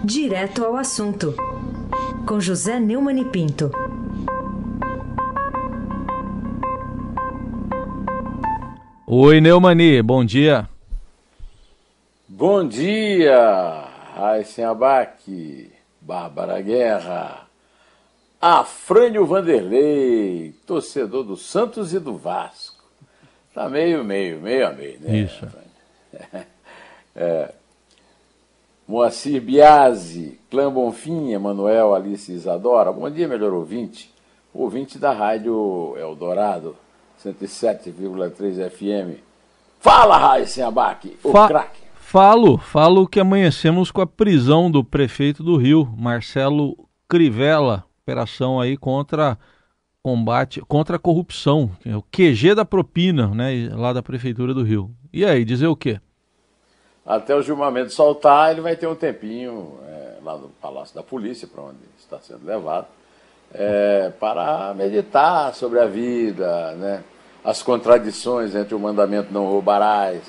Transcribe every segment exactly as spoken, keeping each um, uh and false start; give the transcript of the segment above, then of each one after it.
Direto ao assunto, com José Neumann e Pinto. Oi, Neumani, bom dia. Bom dia, Raíssen Abac, Bárbara Guerra, Afrânio Vanderlei, torcedor do Santos e do Vasco. Tá meio, meio, meio a meio, né? Isso. É. Moacir Biasi, Clã Bonfim, Emanuel, Alice Isadora. Bom dia, melhor ouvinte. Ouvinte da Rádio Eldorado, cento e sete vírgula três F M. Fala, Raíssen Abac, o Fa- craque. Falo, falo que amanhecemos com a prisão do prefeito do Rio, Marcelo Crivella, operação aí contra combate, contra a corrupção, que é o Q G da propina, né, lá da Prefeitura do Rio. E aí, dizer o quê? Até o julgamento soltar, ele vai ter um tempinho é, lá no Palácio da Polícia, para onde está sendo levado, é, para meditar sobre a vida, né, as contradições entre o mandamento não roubarás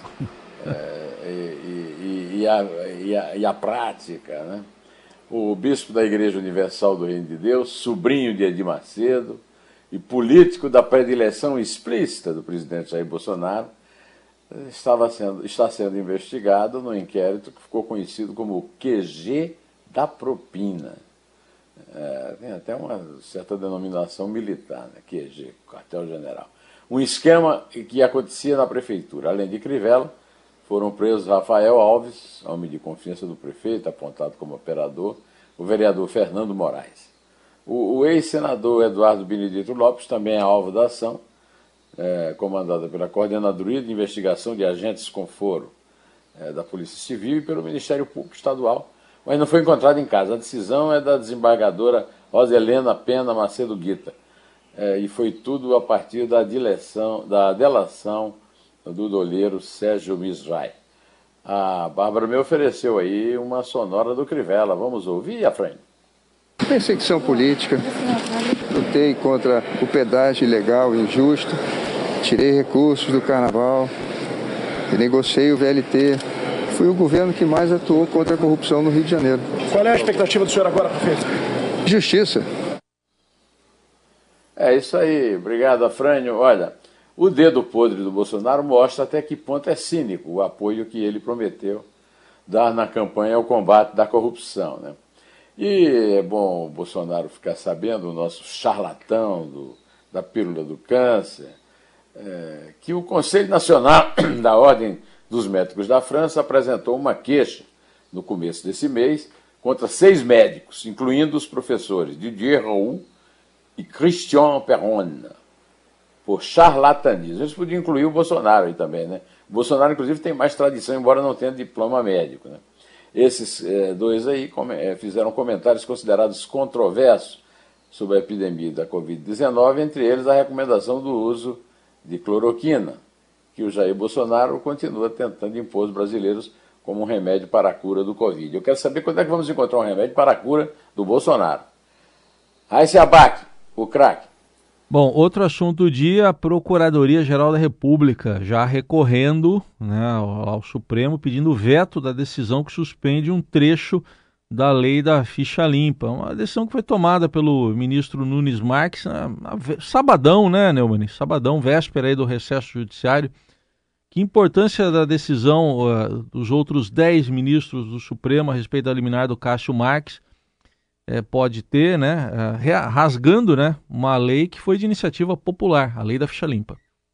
é, e, e, e, a, e, a, e a prática, né? O bispo da Igreja Universal do Reino de Deus, sobrinho de Edir Macedo e político da predileção explícita do presidente Jair Bolsonaro, estava sendo, está sendo investigado no inquérito que ficou conhecido como o Q G da propina. É, tem até uma certa denominação militar, né? Q G, quartel-general. Um esquema que acontecia na prefeitura. Além de Crivella, foram presos Rafael Alves, homem de confiança do prefeito, apontado como operador, o vereador Fernando Moraes. O, o ex-senador Eduardo Benedito Lopes também é alvo da ação, É, comandada pela Coordenadoria de Investigação de Agentes com Foro é, da Polícia Civil e pelo Ministério Público Estadual, mas não foi encontrado em casa. A decisão é da desembargadora Roselena Pena Macedo Guita, é, e foi tudo a partir da, dileção, da delação do doleiro Sérgio Misrai. A Bárbara me ofereceu aí uma sonora do Crivella. Vamos ouvir, Afrânio? Perseguição política, lutei contra o pedágio ilegal e injusto, tirei recursos do carnaval, negociei o V L T. Fui o governo que mais atuou contra a corrupção no Rio de Janeiro. Qual é a expectativa do senhor agora, prefeito? Justiça. É isso aí, obrigado, Afrânio. Olha, o dedo podre do Bolsonaro mostra até que ponto é cínico o apoio que ele prometeu dar na campanha ao combate da corrupção, né? E é bom o Bolsonaro ficar sabendo, o nosso charlatão do, da pílula do câncer, é, que o Conselho Nacional da Ordem dos Médicos da França apresentou uma queixa no começo desse mês contra seis médicos, incluindo os professores Didier Raoult e Christian Perron, por charlatanismo. Eles podiam incluir o Bolsonaro aí também, né? O Bolsonaro, inclusive, tem mais tradição, embora não tenha diploma médico, né? Esses eh, dois aí come, eh, fizeram comentários considerados controversos sobre a epidemia da covid dezenove, entre eles a recomendação do uso de cloroquina, que o Jair Bolsonaro continua tentando impor aos brasileiros como um remédio para a cura do Covid. Eu quero saber quando é que vamos encontrar um remédio para a cura do Bolsonaro. Raíssen Abac, o craque. Bom, outro assunto do dia, a Procuradoria-Geral da República já recorrendo, né, ao, ao Supremo, pedindo veto da decisão que suspende um trecho da lei da ficha limpa. Uma decisão que foi tomada pelo ministro Nunes Marques, na, na, sabadão, né, Neumann? Sabadão, véspera aí do recesso judiciário. Que importância da decisão uh, dos outros dez ministros do Supremo a respeito da liminar do Cássio Marques É, pode ter, né, rasgando, né, uma lei que foi de iniciativa popular, a lei da ficha limpa.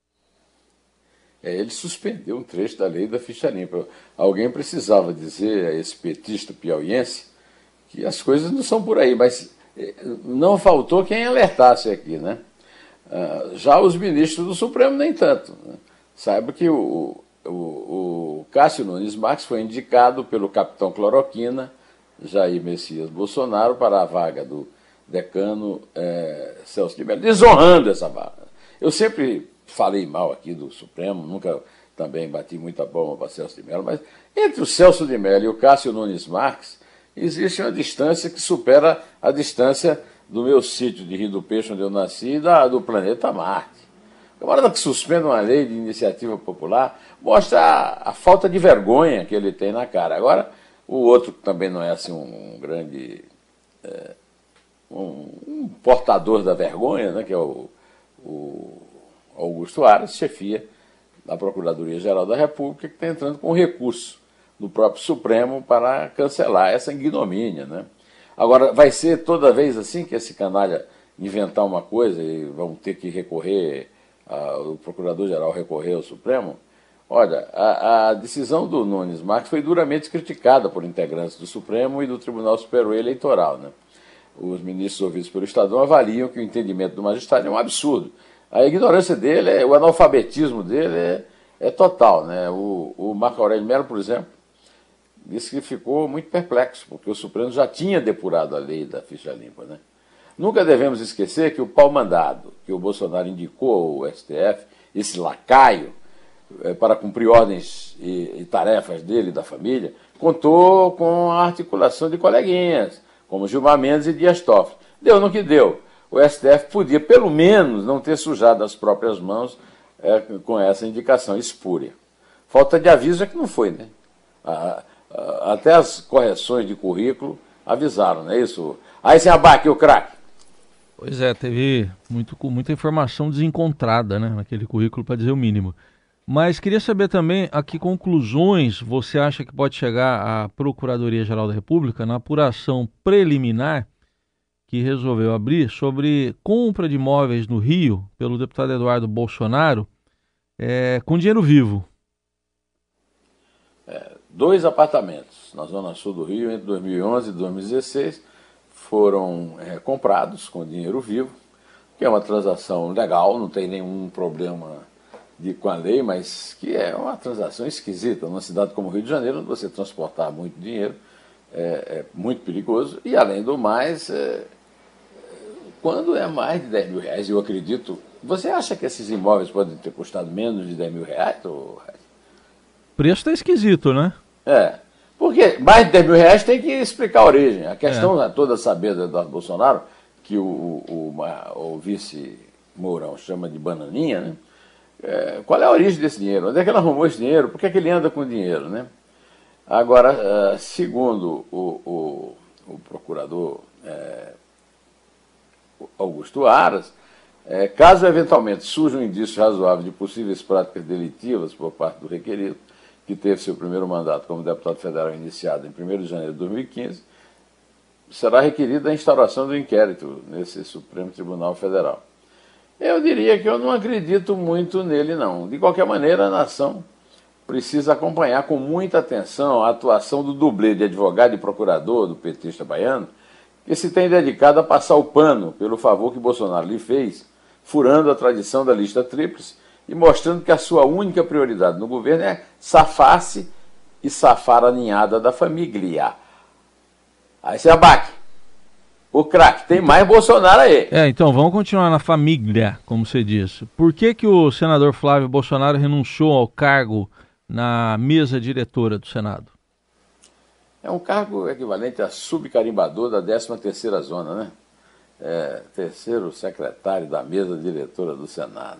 É, ele suspendeu um trecho da lei da ficha limpa. Alguém precisava dizer a esse petista piauiense que as coisas não são por aí, mas não faltou quem alertasse aqui, né? Ah, já os ministros do Supremo nem tanto, né? Saiba que o, o, o Cássio Nunes Marques foi indicado pelo capitão Cloroquina, Jair Messias Bolsonaro, para a vaga do decano é, Celso de Mello, desonrando essa vaga. Eu sempre falei mal aqui do Supremo, nunca também bati muita palma para Celso de Mello, mas entre o Celso de Mello e o Cássio Nunes Marques existe uma distância que supera a distância do meu sítio de Rio do Peixe, onde eu nasci, e da, do planeta Marte. Agora que suspende uma lei de iniciativa popular, mostra a, a falta de vergonha que ele tem na cara. Agora, O outro que também não é assim um, um grande é, um, um portador da vergonha, né, que é o, o Augusto Aras, chefia da Procuradoria-Geral da República, que está entrando com recurso no próprio Supremo para cancelar essa ignomínia, né? Agora, vai ser toda vez assim que esse canalha inventar uma coisa e vão ter que recorrer, a, o Procurador-Geral recorrer ao Supremo? Olha, a, a decisão do Nunes Marques foi duramente criticada por integrantes do Supremo e do Tribunal Superior Eleitoral, né? Os ministros ouvidos pelo Estadão avaliam que o entendimento do magistrado é um absurdo. A ignorância dele, é, o analfabetismo dele é, é total, né? O, o Marco Aurélio Mello, por exemplo, disse que ficou muito perplexo, porque o Supremo já tinha depurado a lei da ficha limpa, né? Nunca devemos esquecer que o pau-mandado que o Bolsonaro indicou ao S T F, esse lacaio, é, para cumprir ordens e, e tarefas dele e da família, contou com a articulação de coleguinhas, como Gilmar Mendes e Dias Toffoli. Deu no que deu. O S T F podia, pelo menos, não ter sujado as próprias mãos é, com essa indicação espúria. Falta de aviso é que não foi, né? A, a, até as correções de currículo avisaram, não é isso? Aí sem abaque o craque. Pois é, teve muito, muita informação desencontrada, né, naquele currículo, para dizer o mínimo. Mas queria saber também a que conclusões você acha que pode chegar a Procuradoria-Geral da República na apuração preliminar que resolveu abrir sobre compra de imóveis no Rio pelo deputado Eduardo Bolsonaro é, com dinheiro vivo. É, dois apartamentos na zona sul do Rio entre dois mil e onze e dois mil e dezesseis foram é, comprados com dinheiro vivo, que é uma transação legal, não tem nenhum problema de, com a lei, mas que é uma transação esquisita. Numa cidade como o Rio de Janeiro, onde você transportar muito dinheiro é, é muito perigoso e, além do mais, é, quando é mais de dez mil reais, eu acredito. Você acha que esses imóveis podem ter custado menos de dez mil reais? Ou... O preço está esquisito, né? É. Porque mais de dez mil reais tem que explicar a origem. A questão é toda saber do Eduardo Bolsonaro, que o, o, o, o vice Mourão chama de bananinha, né? É, qual é a origem desse dinheiro? Onde é que ele arrumou esse dinheiro? Por que, é que ele anda com dinheiro, né? Agora, segundo o, o, o procurador é, Augusto Aras, é, caso eventualmente surja um indício razoável de possíveis práticas delitivas por parte do requerido, que teve seu primeiro mandato como deputado federal iniciado em primeiro de janeiro de dois mil e quinze, será requerida a instauração do inquérito nesse Supremo Tribunal Federal. Eu diria que eu não acredito muito nele, não. De qualquer maneira, a nação precisa acompanhar com muita atenção a atuação do dublê de advogado e procurador do petista baiano, que se tem dedicado a passar o pano pelo favor que Bolsonaro lhe fez, furando a tradição da lista tríplice e mostrando que a sua única prioridade no governo é safar-se e safar a ninhada da família. Aí você abaque. O craque, tem mais Bolsonaro aí. É, então vamos continuar na família, como você disse. Por que que o senador Flávio Bolsonaro renunciou ao cargo na mesa diretora do Senado? É um cargo equivalente a subcarimbador da décima terceira zona, né? É, terceiro secretário da mesa diretora do Senado.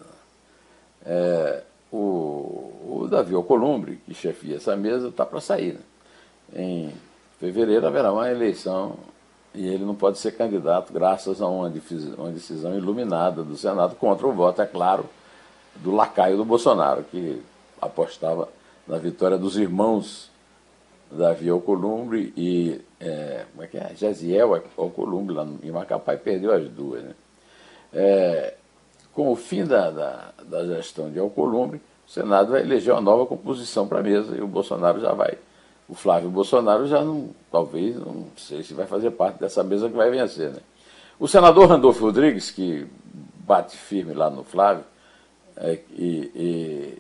É, o, o Davi Alcolumbre, que chefia essa mesa, está para sair, né? Em fevereiro haverá uma eleição e ele não pode ser candidato graças a uma decisão iluminada do Senado contra o voto, é claro, do lacaio do Bolsonaro, que apostava na vitória dos irmãos Davi Alcolumbre e é, como é que é? Jaziel Alcolumbre, lá em Macapá, e perdeu as duas, né? É, com o fim da, da, da gestão de Alcolumbre, o Senado vai eleger uma nova composição para a mesa e o Bolsonaro já vai. O Flávio Bolsonaro já não, talvez, não sei se vai fazer parte dessa mesa que vai vencer, né? O senador Randolfo Rodrigues, que bate firme lá no Flávio, é, e, e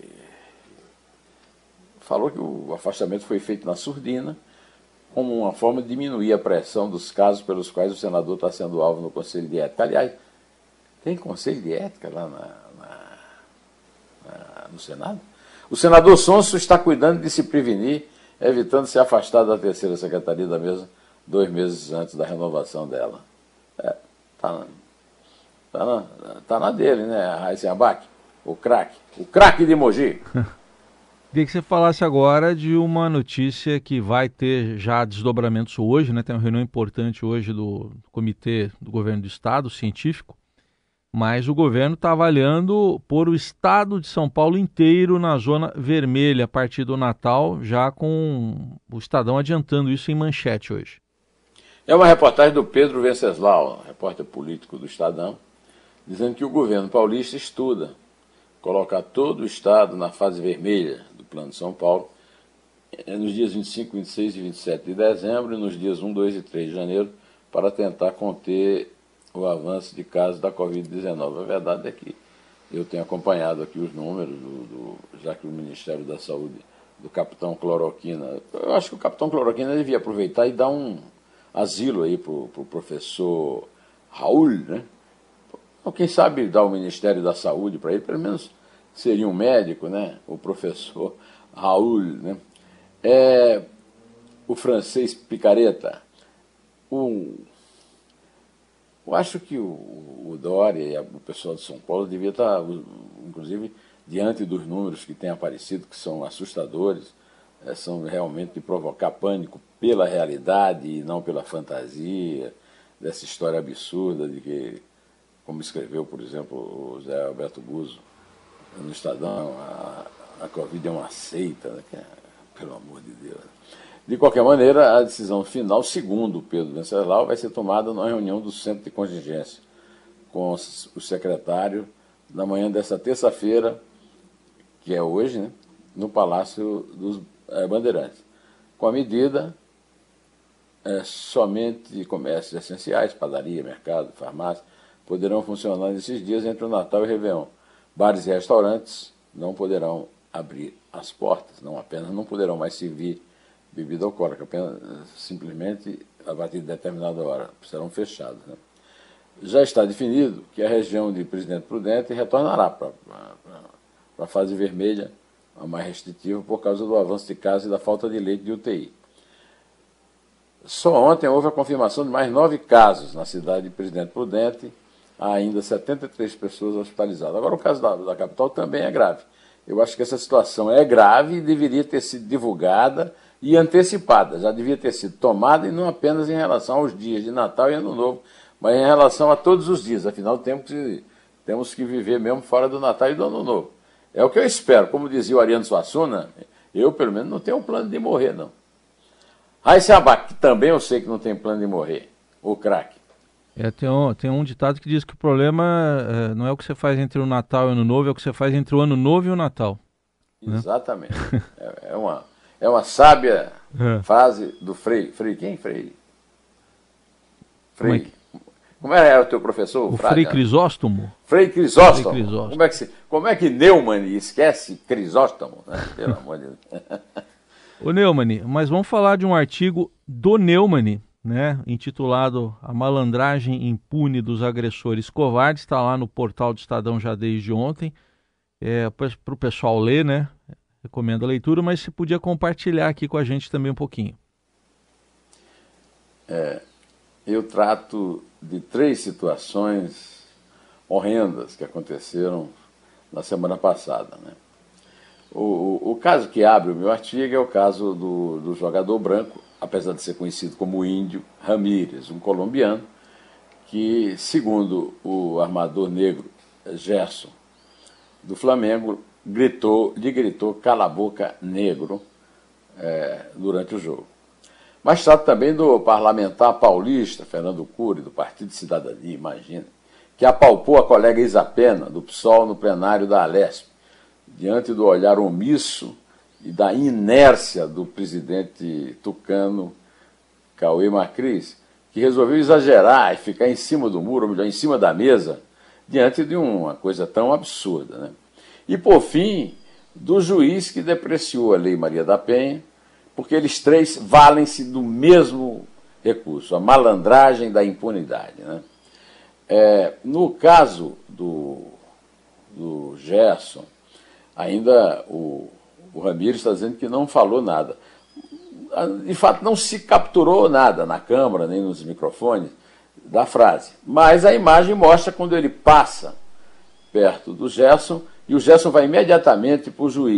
falou que o afastamento foi feito na surdina, como uma forma de diminuir a pressão dos casos pelos quais o senador está sendo alvo no Conselho de Ética. Aliás, tem Conselho de Ética lá na, na, na, no Senado? O senador Sonso está cuidando de se prevenir, evitando se afastar da terceira secretaria da mesa dois meses antes da renovação dela. É, tá, na, tá, na, tá na dele, né, Raíssa Abac? O craque. O craque de Mogi. Queria que você falasse agora de uma notícia que vai ter já desdobramentos hoje, né? Tem uma reunião importante hoje do Comitê do Governo do Estado, científico, mas o governo está avaliando pôr o estado de São Paulo inteiro na zona vermelha a partir do Natal, já com o Estadão adiantando isso em manchete hoje. É uma reportagem do Pedro Venceslau, repórter político do Estadão, dizendo que o governo paulista estuda colocar todo o estado na fase vermelha do Plano de São Paulo nos dias vinte e cinco, vinte e seis e vinte e sete de dezembro e nos dias um, dois e três de janeiro para tentar conter o avanço de casos da covid dezenove. A verdade é que eu tenho acompanhado aqui os números, do, do, já que o Ministério da Saúde, do capitão Cloroquina, eu acho que o capitão Cloroquina devia aproveitar e dar um asilo aí para o pro professor Raul, né? Ou quem sabe dar o Ministério da Saúde para ele, pelo menos seria um médico, né? O professor Raul, né? É, o francês Picareta, o, eu acho que o, o Dória e a, o pessoal de São Paulo devia estar, inclusive, diante dos números que têm aparecido, que são assustadores, é, são realmente de provocar pânico pela realidade e não pela fantasia, dessa história absurda de que, como escreveu, por exemplo, o Zé Alberto Guzzo no Estadão, a, a Covid é uma seita, né? Que é, pelo amor de Deus. De qualquer maneira, a decisão final, segundo Pedro Venceslau, vai ser tomada numa reunião do Centro de Contingência com o secretário na manhã desta terça-feira, que é hoje, né? No Palácio dos é, Bandeirantes. Com a medida, é, somente comércios essenciais, padaria, mercado, farmácia, poderão funcionar nesses dias entre o Natal e o Réveillon. Bares e restaurantes não poderão abrir as portas, não apenas não poderão mais servir bebida alcoólica, apenas simplesmente a partir de determinada hora, serão fechados. Né? Já está definido que a região de Presidente Prudente retornará para a fase vermelha, a mais restritiva, por causa do avanço de casos e da falta de leite de U T I. Só ontem houve a confirmação de mais nove casos na cidade de Presidente Prudente, há ainda setenta e três pessoas hospitalizadas. Agora, o caso da, da capital também é grave. Eu acho que essa situação é grave e deveria ter sido divulgada e antecipada. Já devia ter sido tomada, e não apenas em relação aos dias de Natal e Ano Novo, mas em relação a todos os dias. Afinal, temos que, temos que viver mesmo fora do Natal e do Ano Novo. É o que eu espero. Como dizia o Ariano Suassuna, eu, pelo menos, não tenho um plano de morrer, não. Raíssa Abac, que também eu sei que não tem plano de morrer. O craque. É, tem, um, tem um ditado que diz que o problema é, não é o que você faz entre o Natal e o Ano Novo, é o que você faz entre o Ano Novo e o Natal. Exatamente. Né? É, é, uma, é uma sábia é. frase do Frei. Frei quem? Frei? Frei. Como, é que... Como era o teu professor? O Frei Crisóstomo. Frei Crisóstomo. Frei Crisóstomo. Como é que, se, como é que Neumann esquece Crisóstomo? Né? Pelo amor de Deus. Ô Neumann, mas vamos falar de um artigo do Neumann, né, intitulado A Malandragem Impune dos Agressores Covardes, está lá no portal do Estadão já desde ontem, é, para o pessoal ler, né, recomendo a leitura, mas você podia compartilhar aqui com a gente também um pouquinho. É, eu trato de três situações horrendas que aconteceram na semana passada, né. O, o, o caso que abre o meu artigo é o caso do, do jogador branco, apesar de ser conhecido como Índio Ramírez, um colombiano, que, segundo o armador negro Gerson, do Flamengo, gritou, lhe gritou cala a boca negro é, durante o jogo. Mas trata também do parlamentar paulista, Fernando Cury, do Partido de Cidadania, imagina, que apalpou a colega Isa Pena, do P SOL, no plenário da Alesp, diante do olhar omisso e da inércia do presidente tucano Cauê Macris, que resolveu exagerar e ficar em cima do muro, ou melhor, em cima da mesa, diante de uma coisa tão absurda. Né? E, por fim, do juiz que depreciou a Lei Maria da Penha, porque eles três valem-se do mesmo recurso, a malandragem da impunidade. Né? É, no caso do, do Gerson, ainda o, o Ramírez está dizendo que não falou nada. De fato, não se capturou nada na câmera, nem nos microfones, da frase. Mas a imagem mostra quando ele passa perto do Gerson, e o Gerson vai imediatamente para o juiz.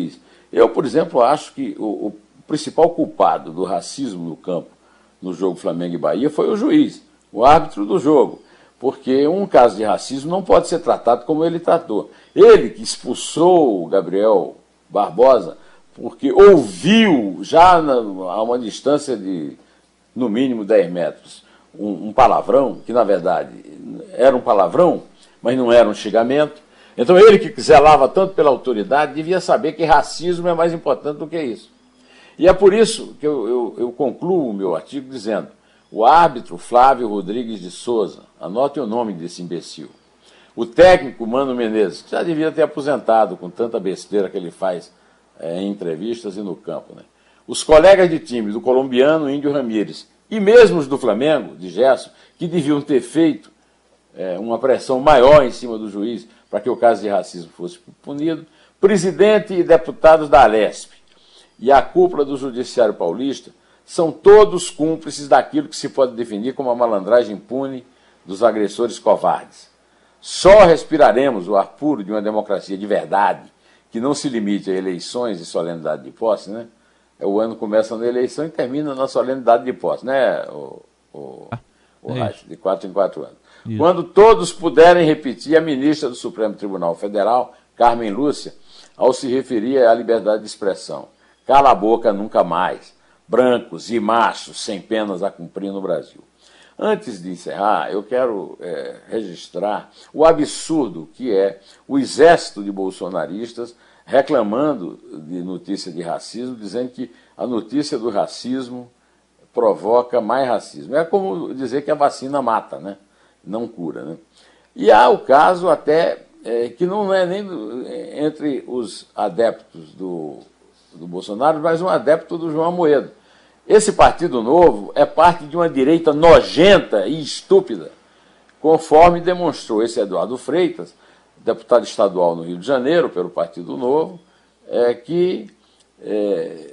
Eu, por exemplo, acho que o, o principal culpado do racismo no campo, no jogo Flamengo e Bahia, foi o juiz, o árbitro do jogo. Porque um caso de racismo não pode ser tratado como ele tratou. Ele que expulsou o Gabriel Barbosa, porque ouviu, já na, a uma distância de, no mínimo, dez metros, um, um palavrão, que na verdade era um palavrão, mas não era um xingamento. Então ele que zelava tanto pela autoridade, devia saber que racismo é mais importante do que isso. E é por isso que eu, eu, eu concluo o meu artigo dizendo: o árbitro Flávio Rodrigues de Souza, anote o nome desse imbecil, o técnico Mano Menezes, que já devia ter aposentado com tanta besteira que ele faz é, em entrevistas e no campo, né? Os colegas de time do colombiano Índio Ramírez e mesmo os do Flamengo, de Gerson, que deviam ter feito é, uma pressão maior em cima do juiz para que o caso de racismo fosse punido, presidente e deputados da Alesp e a cúpula do Judiciário Paulista são todos cúmplices daquilo que se pode definir como a malandragem impune dos agressores covardes. Só respiraremos o ar puro de uma democracia de verdade, que não se limite a eleições e solenidade de posse, né? O ano começa na eleição e termina na solenidade de posse, né, o, o, o é Racho, de quatro em quatro anos. Isso. Quando todos puderem repetir a ministra do Supremo Tribunal Federal, Carmen Lúcia, ao se referir à liberdade de expressão: cala a boca nunca mais, brancos e machos sem penas a cumprir no Brasil. Antes de encerrar, eu quero é, registrar o absurdo que é o exército de bolsonaristas reclamando de notícia de racismo, dizendo que a notícia do racismo provoca mais racismo. É como dizer que a vacina mata, né? Não cura, né? E há o caso até é, que não é nem do, entre os adeptos do, do Bolsonaro, mas um adepto do João Amoedo. Esse Partido Novo é parte de uma direita nojenta e estúpida, conforme demonstrou esse Eduardo Freitas, deputado estadual no Rio de Janeiro, pelo Partido Novo, é, que, é,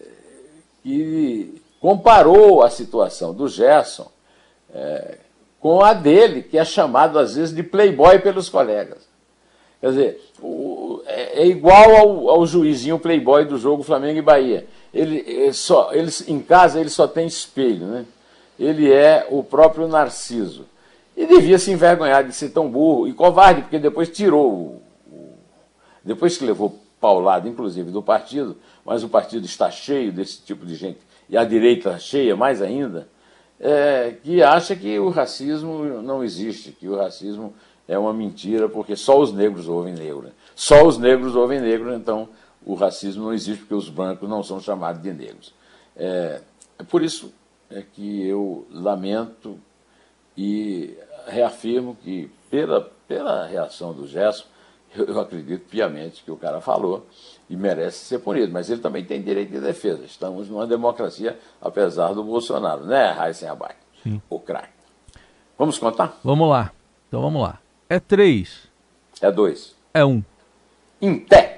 que comparou a situação do Gerson é, com a dele, que é chamado às vezes de playboy pelos colegas. Quer dizer, o, é, é igual ao, ao juizinho playboy do jogo Flamengo e Bahia. Ele, ele só, ele, em casa ele só tem espelho, né? Ele é o próprio Narciso. E devia se envergonhar de ser tão burro e covarde, porque depois tirou, o, o, depois que levou paulada, inclusive, do partido, mas o partido está cheio desse tipo de gente, e a direita cheia mais ainda, é, que acha que o racismo não existe, que o racismo é uma mentira, porque só os negros ouvem negro. Né? Só os negros ouvem negro, então o racismo não existe, porque os brancos não são chamados de negros. É, é por isso é que eu lamento e reafirmo que, pela, pela reação do Gerson, eu, eu acredito piamente que o cara falou e merece ser punido, mas ele também tem direito de defesa. Estamos numa democracia, apesar do Bolsonaro, né, Raíssen Abac? Sim. O craque. Vamos contar? Vamos lá. Então vamos lá. É três. É dois. É um. Em pé.